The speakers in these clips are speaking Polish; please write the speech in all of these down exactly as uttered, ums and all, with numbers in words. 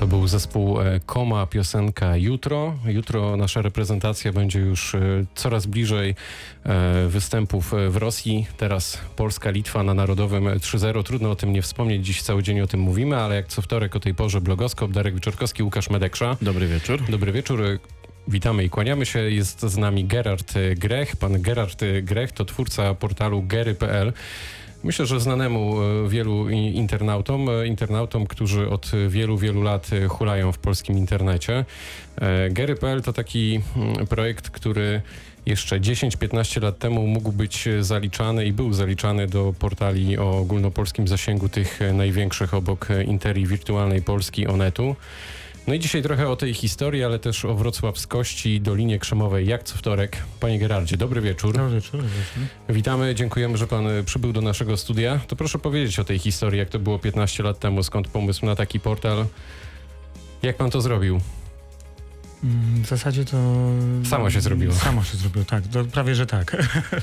To był zespół Koma, piosenka Jutro. Jutro nasza reprezentacja będzie już coraz bliżej występów w Rosji. Teraz Polska, Litwa na Narodowym trzy zero. Trudno o tym nie wspomnieć, dziś cały dzień o tym mówimy, ale jak co wtorek o tej porze Blogoskop, Darek Wieczorkowski, Łukasz Medeksza. Dobry wieczór. Dobry wieczór. Witamy i kłaniamy się. Jest z nami Gerard Grech. Pan Gerard Grech to twórca portalu gery kropka pe el. Myślę, że znanemu wielu internautom, internautom, którzy od wielu, wielu lat hulają w polskim internecie. gery kropka pe el to taki projekt, który jeszcze dziesięć piętnaście lat temu mógł być zaliczany i był zaliczany do portali o ogólnopolskim zasięgu, tych największych obok Interi Wirtualnej Polski, Onetu. No i dzisiaj trochę o tej historii, ale też o wrocławskości, Dolinie Krzemowej, jak co wtorek. Panie Gerardzie, dobry wieczór. Dobry wieczór. wieczór. Witamy, dziękujemy, że pan przybył do naszego studia. To proszę powiedzieć o tej historii, jak to było piętnaście lat temu, skąd pomysł na taki portal. Jak pan to zrobił? W zasadzie to... Samo się zrobiło. Samo się zrobiło, tak. To prawie, że tak.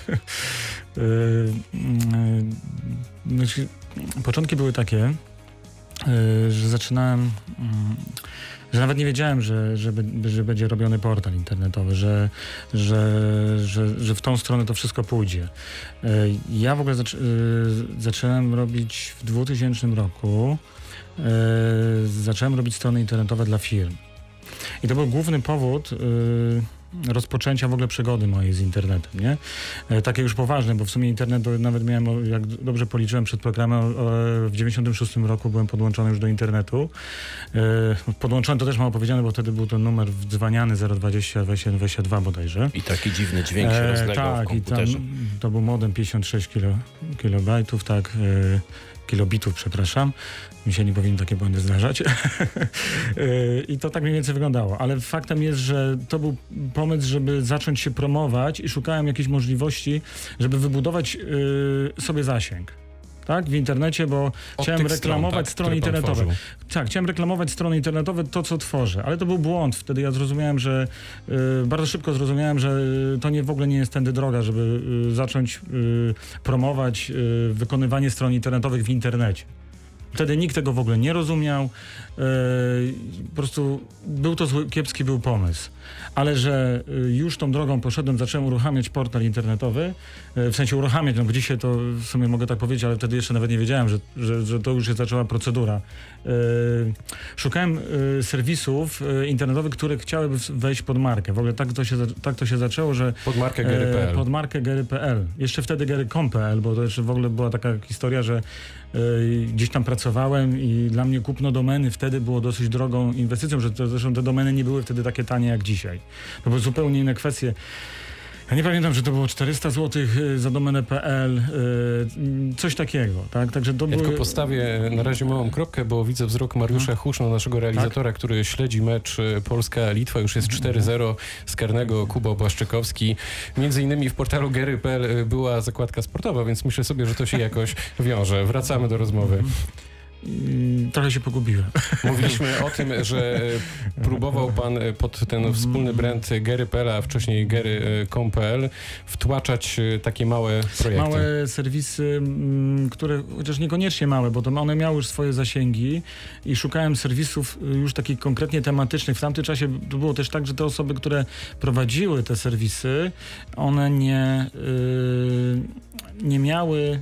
Znaczy, początki były takie, że zaczynałem... że nawet nie wiedziałem, że, że, że będzie robiony portal internetowy, że, że, że, że w tą stronę to wszystko pójdzie. Ja w ogóle zaczę, zacząłem robić w dwutysięcznym roku, zacząłem robić strony internetowe dla firm. I to był główny powód yy, rozpoczęcia w ogóle przygody mojej z internetem, nie? E, takie już poważne, bo w sumie internet, nawet miałem, jak dobrze policzyłem przed programem, o, w dziewięćdziesiątym szóstym roku byłem podłączony już do internetu. E, podłączony to też mam opowiedziane, bo wtedy był ten numer wdzwaniany zero dwadzieścia dwadzieścia jeden dwadzieścia dwa bodajże. I taki dziwny dźwięk się rozlegał e, tak, w komputerze. Tak, i to był modem pięćdziesiąt sześć kilo, kilobajtów, tak, e, kilobitów, przepraszam. Mi się nie powinny takie błędy zdarzać. I to tak mniej więcej wyglądało. Ale faktem jest, że to był pomysł, żeby zacząć się promować i szukałem jakiejś możliwości, żeby wybudować yy, sobie zasięg. Tak, w internecie, bo Od chciałem reklamować stron, tak, strony internetowe. Tak, chciałem reklamować strony internetowe, to co tworzę, ale to był błąd. Wtedy ja zrozumiałem, że y, bardzo szybko zrozumiałem, że to nie w ogóle nie jest tędy droga, żeby y, zacząć y, promować y, wykonywanie stron internetowych w internecie. Wtedy nikt tego w ogóle nie rozumiał. Yy, po prostu był to zły, kiepski był pomysł. Ale że yy, już tą drogą poszedłem, zacząłem uruchamiać portal internetowy. Yy, w sensie uruchamiać, no bo dzisiaj to w sumie mogę tak powiedzieć, ale wtedy jeszcze nawet nie wiedziałem, że, że, że to już się zaczęła procedura. Yy, szukałem yy, serwisów yy, internetowych, które chciałyby wejść pod markę. W ogóle tak to się, tak to się zaczęło, że... Pod markę gery kropka pe el. Yy, pod markę gery kropka pe el. Jeszcze wtedy gery kropka com kropka pe el, bo to jeszcze w ogóle była taka historia, że yy, gdzieś tam pracowałem i dla mnie kupno domeny wtedy było dosyć drogą inwestycją, że to, zresztą te domeny nie były wtedy takie tanie jak dzisiaj. To były zupełnie inne kwestie. Ja nie pamiętam, że to było czterysta złotych za domenę kropka pe el, coś takiego, tak? Także to ja były... tylko postawię na razie małą kropkę, bo widzę wzrok Mariusza Huszno, naszego realizatora, tak? Który śledzi mecz Polska-Litwa, już jest cztery zero z karnego, Kuba Błaszczykowski. Między innymi w portalu gery kropka pe el była zakładka sportowa, więc myślę sobie, że to się jakoś wiąże. Wracamy do rozmowy. Trochę się pogubiłem. Mówiliśmy o tym, że próbował pan pod ten wspólny brand gery kropka pe el, a wcześniej gery kropka com kropka pe el wtłaczać takie małe projekty. Małe serwisy, które chociaż niekoniecznie małe, bo to one miały już swoje zasięgi i szukałem serwisów już takich konkretnie tematycznych. W tamtym czasie to było też tak, że te osoby, które prowadziły te serwisy, one nie, yy, nie miały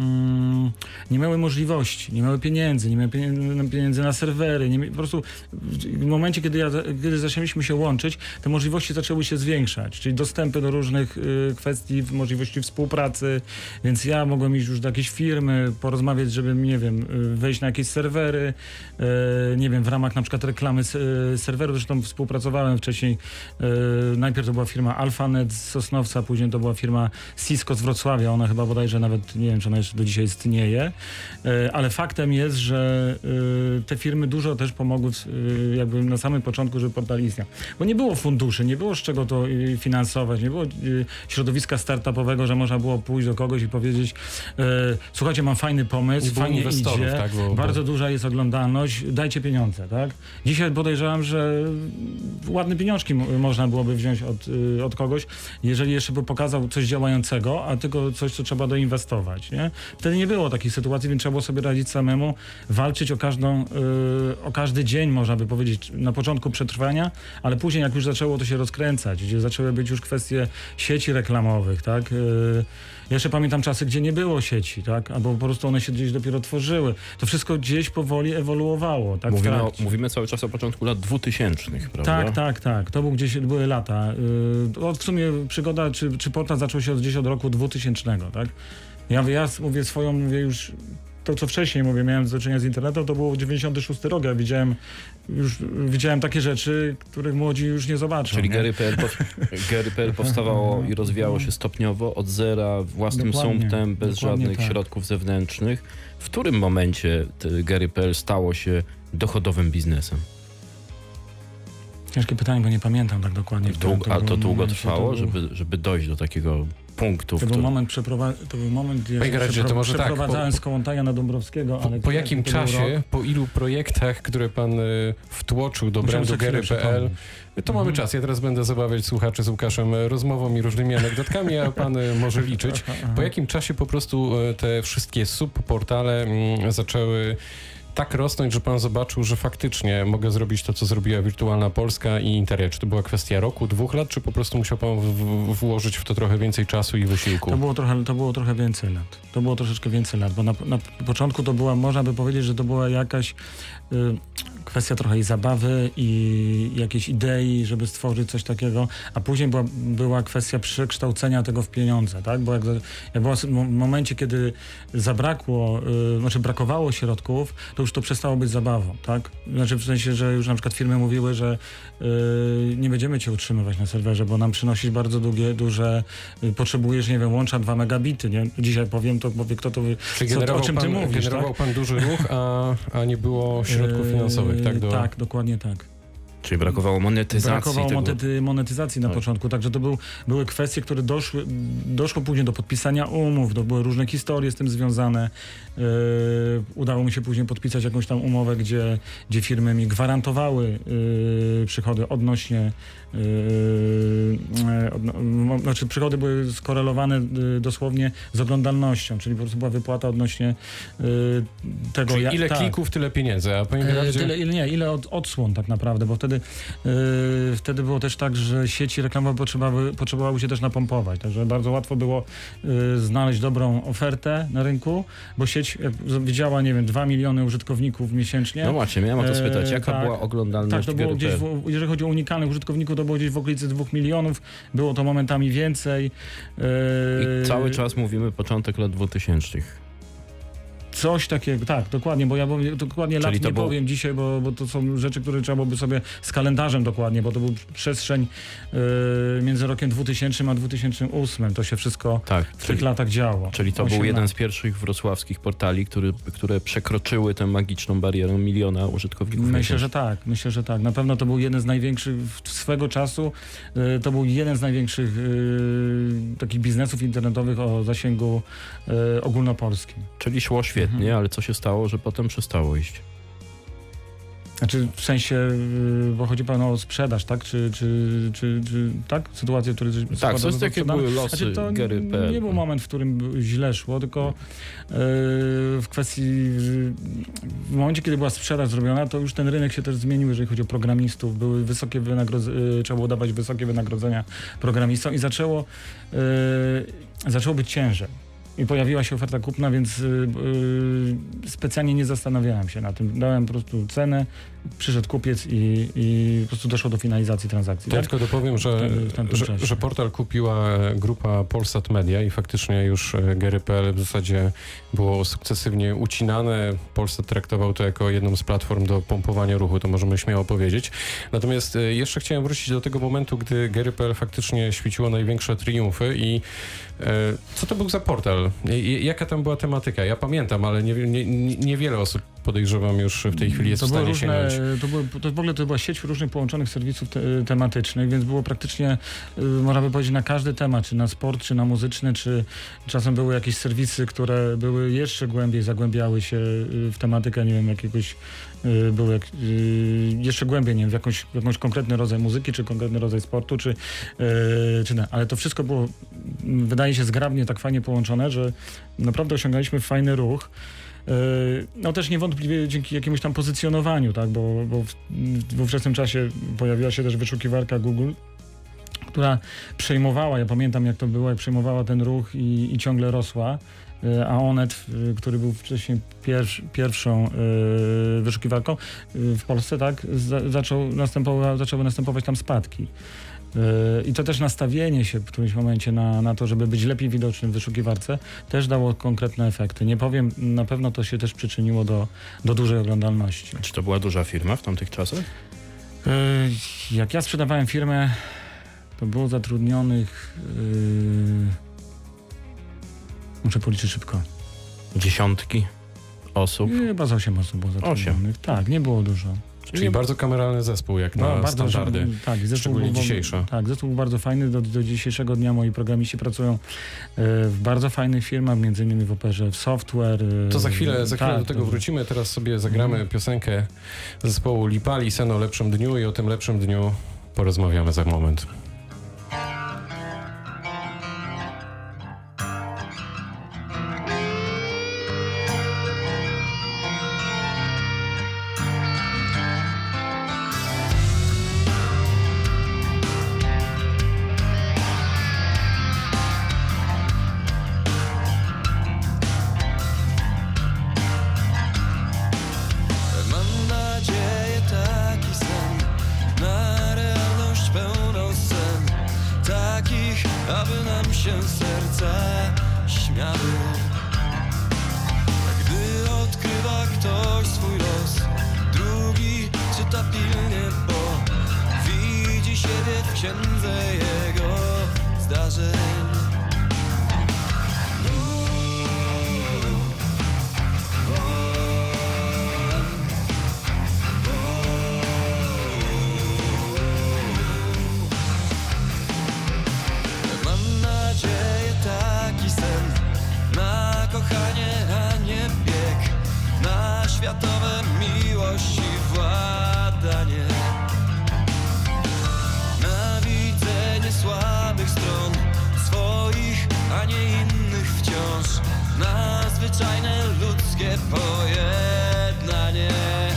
nie miały możliwości, nie miały pieniędzy, nie miały pieniędzy na serwery, nie, po prostu w momencie, kiedy, ja, kiedy zaczęliśmy się łączyć, te możliwości zaczęły się zwiększać, czyli dostępy do różnych y, kwestii, możliwości współpracy, więc ja mogłem iść już do jakiejś firmy, porozmawiać, żeby, nie wiem, wejść na jakieś serwery, y, nie wiem, w ramach na przykład reklamy y, serweru, zresztą współpracowałem wcześniej, y, najpierw to była firma Alphanet z Sosnowca, później to była firma Cisco z Wrocławia, ona chyba bodajże nawet, nie wiem, czy ona jeszcze do dzisiaj istnieje, ale faktem jest, że te firmy dużo też pomogły jakby na samym początku, żeby portal istniał. Bo nie było funduszy, nie było z czego to finansować, nie było środowiska startupowego, że można było pójść do kogoś i powiedzieć słuchajcie, mam fajny pomysł, fajnie idzie, tak, bo, bardzo bo... duża jest oglądalność, dajcie pieniądze, tak? Dzisiaj podejrzewam, że ładne pieniążki można byłoby wziąć od, od kogoś, jeżeli jeszcze by pokazał coś działającego, a tylko coś, co trzeba doinwestować, nie? nie? Wtedy nie było takich sytuacji, więc trzeba było sobie radzić samemu, walczyć o każdą, yy, o każdy dzień, można by powiedzieć, na początku przetrwania, ale później jak już zaczęło to się rozkręcać, gdzie zaczęły być już kwestie sieci reklamowych, tak? Yy, jeszcze pamiętam czasy, gdzie nie było sieci, tak? Albo po prostu one się gdzieś dopiero tworzyły. To wszystko gdzieś powoli ewoluowało, tak? Mówimy, o, mówimy cały czas o początku lat dwutysięcznych, prawda? Tak, tak, tak. To był gdzieś, były lata. Yy, w sumie przygoda, czy, czy portal zaczął się gdzieś od roku dwutysięcznego, tak? Ja, ja mówię swoją, mówię już to, co wcześniej mówię, miałem do czynienia z internetem, to było dziewięćdziesiąty szósty rok. Ja widziałem już widziałem takie rzeczy, których młodzi już nie zobaczą. Czyli nie? Gary kropka pe el Gary kropka pe el powstawało i rozwijało się stopniowo, od zera, własnym Dokładnie, sumptem, bez dokładnie żadnych tak. środków zewnętrznych. W którym momencie Gary kropka pe el stało się dochodowym biznesem? Ciężkie pytanie, bo nie pamiętam tak dokładnie. Dług, a to długo momencie, trwało, to był, żeby, żeby dojść do takiego punktu? To był moment, przeprowa- to był moment gdzie Panie Gerardzie, to może tak, przeprowadzałem po- z Kołątaja na Dąbrowskiego. Po, ale po to- jakim to był czasie, rok. po ilu projektach, które pan y, wtłoczył do Musiałem brandu sobie Gary chwilę kropka pe el, przypomnieć. to mamy czas. Ja teraz będę zabawiać słuchaczy z Łukaszem rozmową i różnymi anegdotkami, a pan y, może liczyć. Po jakim czasie po prostu y, te wszystkie subportale y, zaczęły tak rosnąć, że pan zobaczył, że faktycznie mogę zrobić to, co zrobiła Wirtualna Polska i Interia? Czy to była kwestia roku, dwóch lat, czy po prostu musiał pan w, w, włożyć w to trochę więcej czasu i wysiłku? To było trochę, to było trochę więcej lat. To było troszeczkę więcej lat, bo na, na początku to była, można by powiedzieć, że to była jakaś y, kwestia trochę i zabawy i jakiejś idei, żeby stworzyć coś takiego, a później była, była kwestia przekształcenia tego w pieniądze, tak? Bo jak, jak było w momencie, kiedy zabrakło, y, znaczy brakowało środków, to już to przestało być zabawą, tak? Znaczy w sensie, że już na przykład firmy mówiły, że y, nie będziemy cię utrzymywać na serwerze, bo nam przynosisz bardzo długie, duże, y, potrzebujesz, nie wiem, łącza dwa megabity, nie? Dzisiaj powiem to, powie kto to, Czyli co, generował o czym ty pan, mówisz, generował tak? pan duży ruch, a, a nie było środków finansowych, tak? Do... Tak, dokładnie tak. Czyli brakowało monetyzacji Brakowało tego... monety, monetyzacji na Tak. początku, także to był, były kwestie, które doszły, doszło później do podpisania umów, to były różne historie z tym związane. Yy, udało mi się później podpisać jakąś tam umowę, gdzie, gdzie firmy mi gwarantowały yy, przychody odnośnie, yy, yy, odno, mo, znaczy przychody były skorelowane yy, dosłownie z oglądalnością, czyli po prostu była wypłata odnośnie yy, tego... Czyli ja, ile tak. klików, tyle pieniędzy, a panie E, Gerardzie... Tyle, ile, nie, ile od, odsłon tak naprawdę, bo wtedy, e, wtedy było też tak, że sieci reklamowe potrzebowały, potrzebowały się też napompować, także bardzo łatwo było e, znaleźć dobrą ofertę na rynku, bo sieć jak widziała, nie wiem, dwa miliony użytkowników miesięcznie. No właśnie, miałem o to spytać, E, jaka tak. była oglądalność Tak, to było Gary kropka pe el? gdzieś, w, jeżeli chodzi o unikalnych użytkowników, to było gdzieś w okolicy dwóch milionów, było to momentami więcej. E, I cały czas mówimy początek lat dwutysięcznych. Coś takiego, tak, dokładnie, bo ja bo, dokładnie Czyli lat to nie był- powiem dzisiaj, bo, bo to są rzeczy, które trzeba byłoby sobie z kalendarzem dokładnie, bo to był przestrzeń yy, między rokiem dwutysięcznym a dwa tysiące ósmym. To się wszystko Tak, w tych czyli, latach działo. czyli to Osiem był jeden lat. z pierwszych wrocławskich portali, który, które przekroczyły tę magiczną barierę miliona użytkowników. Myślę, miesięcznie. że tak, myślę, że tak. Na pewno to był jeden z największych w- swego czasu, yy, to był jeden z największych yy, takich biznesów internetowych o zasięgu yy, ogólnopolskim. Czyli szło świetnie, Mhm. ale co się stało, że potem przestało iść? Znaczy w sensie, yy, bo chodzi pan o sprzedaż, tak? Czy, czy, czy, czy tak? Sytuacje, które... Tak, co takie były losy Znaczy, to Gary kropka pe el? nie był moment, w którym źle szło, tylko yy, w kwestii, w momencie, kiedy była sprzedaż zrobiona, to już ten rynek się też zmienił, jeżeli chodzi o programistów. Były wysokie wynagrodzenia, yy, trzeba było dawać wysokie wynagrodzenia programistom i zaczęło, yy, zaczęło być ciężej. I pojawiła się oferta kupna, więc yy, yy, specjalnie nie zastanawiałem się na tym. Dałem po prostu cenę, przyszedł kupiec i, i po prostu doszło do finalizacji transakcji. To ja Tak? tylko dopowiem, że, Wtedy- w tamtym że, czasie. że portal kupiła grupa Polsat Media i faktycznie już Gary kropka pe el w zasadzie było sukcesywnie ucinane. Polsat traktował to jako jedną z platform do pompowania ruchu, to możemy śmiało powiedzieć. Natomiast e, jeszcze chciałem wrócić do tego momentu, gdy Gary kropka pe el faktycznie świeciło największe triumfy i e, co to był za portal? I, jaka tam była tematyka? Ja pamiętam, ale nie, nie, nie, niewiele osób podejrzewam już w tej chwili jest to w stanie różne, sięgnąć. to, były, to w ogóle to była sieć różnych połączonych serwisów te, tematycznych, więc było praktycznie, y, można by powiedzieć, na każdy temat, czy na sport, czy na muzyczny, czy czasem były jakieś serwisy, które były jeszcze głębiej, zagłębiały się y, w tematykę, nie wiem, jakiegoś, y, były jak, y, jeszcze głębiej, nie wiem, w jakąś, w jakąś konkretny rodzaj muzyki, czy konkretny rodzaj sportu, czy, y, czy nie. Ale to wszystko było, wydaje się, zgrabnie tak fajnie połączone, że naprawdę osiągaliśmy fajny ruch. No też niewątpliwie dzięki jakiemuś tam pozycjonowaniu, tak, bo, bo w, w ówczesnym czasie pojawiła się też wyszukiwarka Google, która przejmowała, ja pamiętam jak to było, jak przejmowała ten ruch i, i ciągle rosła, a Onet, który był wcześniej pierwsz, pierwszą y, wyszukiwarką w Polsce, tak, za, zaczął następowa, zaczęły następować tam spadki. I to też nastawienie się w którymś momencie na, na to, żeby być lepiej widocznym w wyszukiwarce, też dało konkretne efekty. Nie powiem, na pewno to się też przyczyniło do, do dużej oglądalności. Czy to była duża firma w tamtych czasach? Yy, jak ja sprzedawałem firmę, to było zatrudnionych, yy, muszę policzyć szybko. Dziesiątki osób? Chyba z osiem osób było zatrudnionych. osiem. Tak, nie było dużo. Czyli nie... bardzo kameralny zespół, jak no, na bardzo, standardy, tak, zespół szczególnie był, dzisiejsze. Tak, zespół był bardzo fajny. Do, do dzisiejszego dnia moi programiści pracują y, w bardzo fajnych firmach, między innymi w Operze, w Software. Y, to za chwilę, za chwilę tak, do tego to... wrócimy. Teraz sobie zagramy mm. piosenkę zespołu Lipali, Sen o lepszym dniu, i o tym lepszym dniu porozmawiamy za moment. Aby nam się serca śmiały. Gdy odkrywa ktoś swój los, drugi czyta pilnie, bo widzi siebie w księdze jego zdarzeń. Światowe miłość i władanie, na widzenie słabych stron swoich, a nie innych wciąż, na zwyczajne ludzkie pojednanie.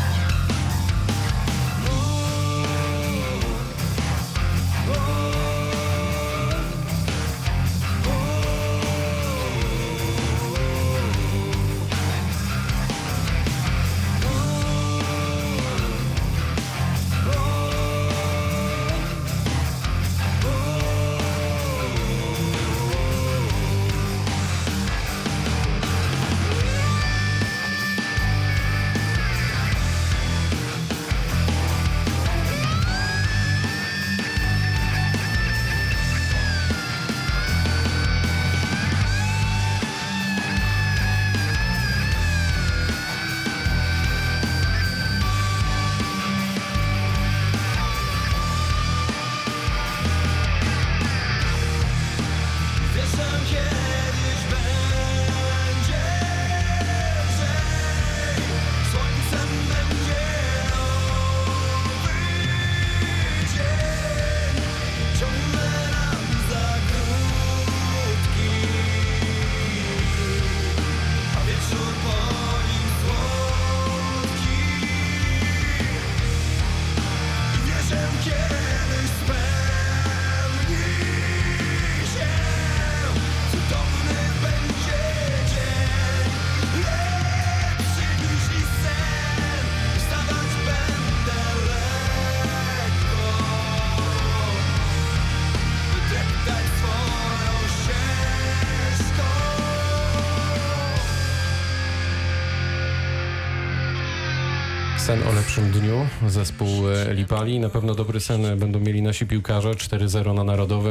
Sen o lepszym dniu, zespół Lipali. Na pewno dobry sen będą mieli nasi piłkarze. cztery zero na Narodowym.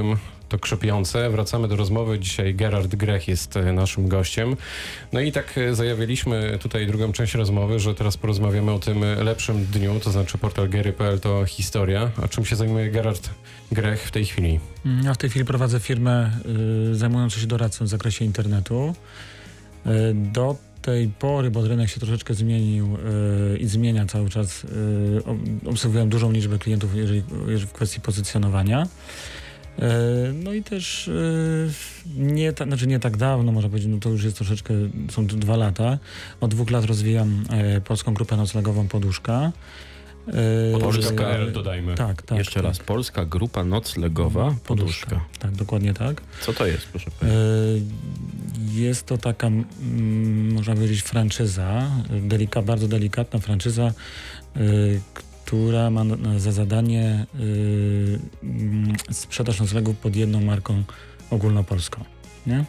to krzepiące. Wracamy do rozmowy. Dzisiaj Gerard Grech jest naszym gościem. No i tak zajawialiśmy tutaj drugą część rozmowy, że teraz porozmawiamy o tym lepszym dniu, to znaczy portal gery kropka p l to historia. A czym się zajmuje Gerard Grech w tej chwili? Ja w tej chwili prowadzę firmę y, zajmującą się doradztwem w zakresie internetu. Y, do tej pory, bo rynek się troszeczkę zmienił y, i zmienia cały czas, y, obserwuję dużą liczbę klientów, jeżeli, jeżeli w kwestii pozycjonowania. Y, no i też y, nie, ta, znaczy nie tak dawno, można powiedzieć, no to już jest troszeczkę, są to dwa lata. Od dwóch lat rozwijam y, polską grupę noclegową Poduszka. Poduszka kropka p l dodajmy. Tak, tak. Jeszcze tak. raz, Polska Grupa Noclegowa Poduszka. Poduszka. Tak, dokładnie tak. Co to jest, proszę powiedzieć? Jest to taka, mm, można powiedzieć, franczyza, delika, bardzo delikatna franczyza, y, która ma na, za zadanie y, y, sprzedaż noclegów pod jedną marką ogólnopolską. Nie?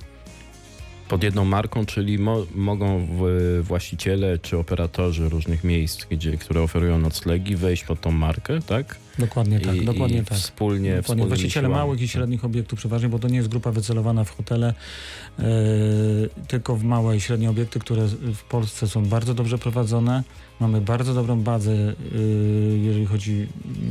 Pod jedną marką, czyli mo- mogą w, właściciele czy operatorzy różnych miejsc, gdzie, które oferują noclegi, wejść pod tą markę, tak? Dokładnie tak, I, dokładnie i tak. Wspólnie, Dokładnie. Właściciele siłami. małych i średnich obiektów przeważnie, bo to nie jest grupa wycelowana w hotele, yy, tylko w małe i średnie obiekty, które w Polsce są bardzo dobrze prowadzone. Mamy bardzo dobrą bazę, yy, jeżeli chodzi yy,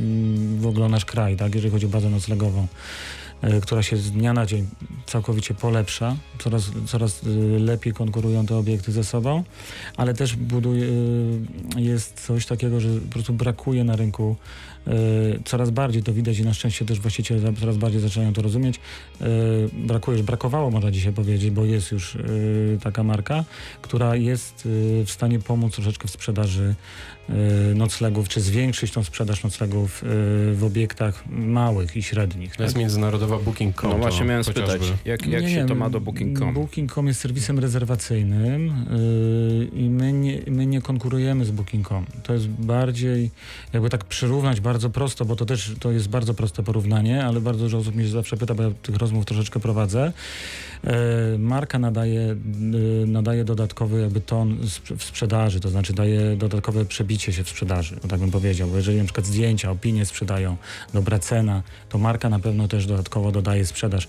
w ogóle o nasz kraj, tak? Jeżeli chodzi o bazę noclegową, yy, która się z dnia na dzień całkowicie polepsza. Coraz, coraz yy, lepiej konkurują te obiekty ze sobą, ale też buduje, yy, jest coś takiego, że po prostu brakuje na rynku. Yy, coraz bardziej to widać i na szczęście też właściciele coraz bardziej zaczynają to rozumieć. Yy, brakuje, już brakowało, można dzisiaj powiedzieć, bo jest już yy, taka marka, która jest yy, w stanie pomóc troszeczkę w sprzedaży yy, noclegów, czy zwiększyć tą sprzedaż noclegów yy, w obiektach małych i średnich. To jest tak? międzynarodowa booking kropka com. No właśnie miałem chociażby. spytać, jak, jak Nie, się nie, to ma do booking kropka com? booking kropka com jest serwisem rezerwacyjnym yy, i my nie, my nie konkurujemy z booking kropka com. To jest bardziej, jakby tak przyrównać bardzo prosto, bo to też to jest bardzo proste porównanie, ale bardzo dużo osób mnie zawsze pyta, bo ja tych rozmów troszeczkę prowadzę. Yy, marka nadaje, yy, nadaje dodatkowy jakby ton w sprzedaży, to znaczy daje dodatkowe przebicie się w sprzedaży, tak bym powiedział, bo jeżeli na przykład zdjęcia, opinie sprzedają, dobra cena, to marka na pewno też dodatkowo dodaje sprzedaż.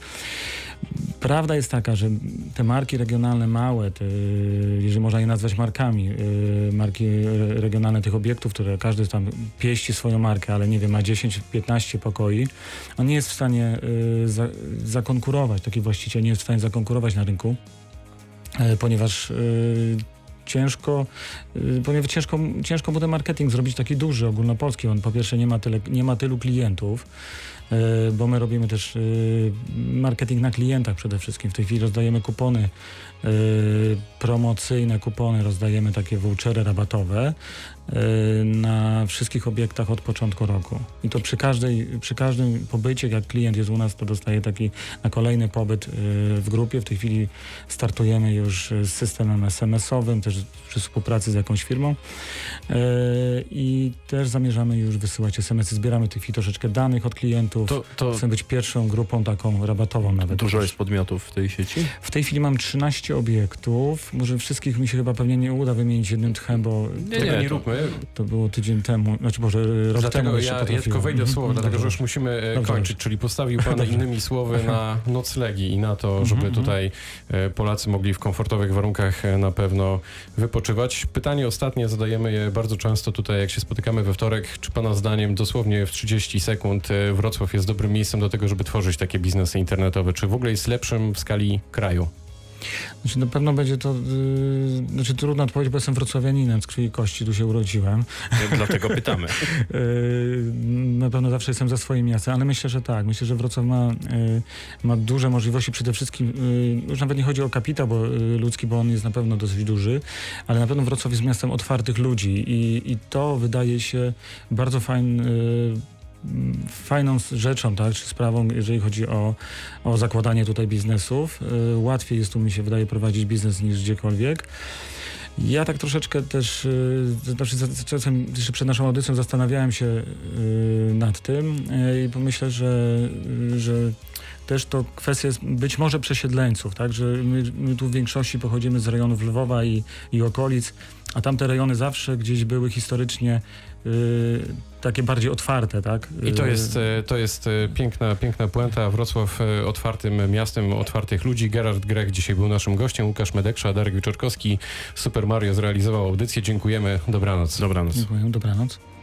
Prawda jest taka, że te marki regionalne małe, te, jeżeli można je nazwać markami, yy, marki regionalne tych obiektów, które każdy tam pieści swoją markę, ale nie wiem, ma dziesięć piętnaście pokoi, on nie jest w stanie yy, za, zakonkurować, taki właściciel nie jest w stanie zakonkurować na rynku, yy, ponieważ yy, Ciężko, yy, ponieważ ciężko, ciężko mu ten marketing zrobić taki duży, ogólnopolski. On po pierwsze nie ma, tyle, nie ma tylu klientów, yy, bo my robimy też yy, marketing na klientach przede wszystkim. W tej chwili rozdajemy kupony, yy, promocyjne kupony, rozdajemy takie vouchery rabatowe yy, na wszystkich obiektach od początku roku. I to przy, każdej, przy każdym pobycie, jak klient jest u nas, to dostaje taki na kolejny pobyt yy, w grupie. W tej chwili startujemy już z systemem es em esowym, też przy współpracy z jakąś firmą yy, i też zamierzamy już wysyłać es em esy. Zbieramy w tej chwili troszeczkę danych od klientów. To, to... Chcemy być pierwszą grupą taką rabatową nawet. Dużo jest podmiotów w tej sieci? W tej chwili mam trzynaście obiektów. Może wszystkich mi się chyba pewnie nie uda wymienić jednym tchem, bo Nie, nie, nie róbmy. to było tydzień temu, znaczy może rok Dlatego temu jeszcze ja, ja potrafiłem. tylko wejdę w słowo, Mhm, dlatego że dobrze. już musimy e, Dobrze. kończyć, czyli postawił Pan Dobrze. innymi słowy na noclegi i na to, żeby Mhm, tutaj e, Polacy mogli w komfortowych warunkach e, na pewno wypoczywać. Pytanie ostatnie, zadajemy je bardzo często tutaj, jak się spotykamy we wtorek. Czy Pana zdaniem dosłownie w trzydzieści sekund e, Wrocław jest dobrym miejscem do tego, żeby tworzyć takie biznesy internetowe? Czy w ogóle jest lepszym w skali kraju? Znaczy na pewno będzie to, yy, znaczy trudno odpowiedzieć, bo jestem wrocławianinem, z krwi i kości, tu się urodziłem. Dlatego pytamy. Yy, na pewno zawsze jestem za swoim miastem, ale myślę, że tak. Myślę, że Wrocław ma, yy, ma duże możliwości, przede wszystkim, yy, już nawet nie chodzi o kapitał bo, yy, ludzki, bo on jest na pewno dosyć duży, ale na pewno Wrocław jest miastem otwartych ludzi i, i to wydaje się bardzo fajny, yy, fajną rzeczą, tak, czy sprawą, jeżeli chodzi o, o zakładanie tutaj biznesów. Yy, łatwiej jest tu, mi się wydaje, prowadzić biznes niż gdziekolwiek. Ja tak troszeczkę też, yy, znaczy za, czasem jeszcze przed naszą audycją zastanawiałem się yy, nad tym yy, i pomyślę, że, yy, że też to kwestia jest być może przesiedleńców, tak, że my, my tu w większości pochodzimy z rejonów Lwowa i, i okolic, a tamte rejony zawsze gdzieś były historycznie y, takie bardziej otwarte, tak? I to jest, e, to jest e, piękna, piękna puenta. Wrocław e, otwartym miastem otwartych ludzi. Gerard Grech dzisiaj był naszym gościem, Łukasz Medeksza, Darek Wieczorkowski. Super Mario zrealizował audycję. Dziękujemy. Dobranoc. Dobranoc. Dziękuję, dobranoc.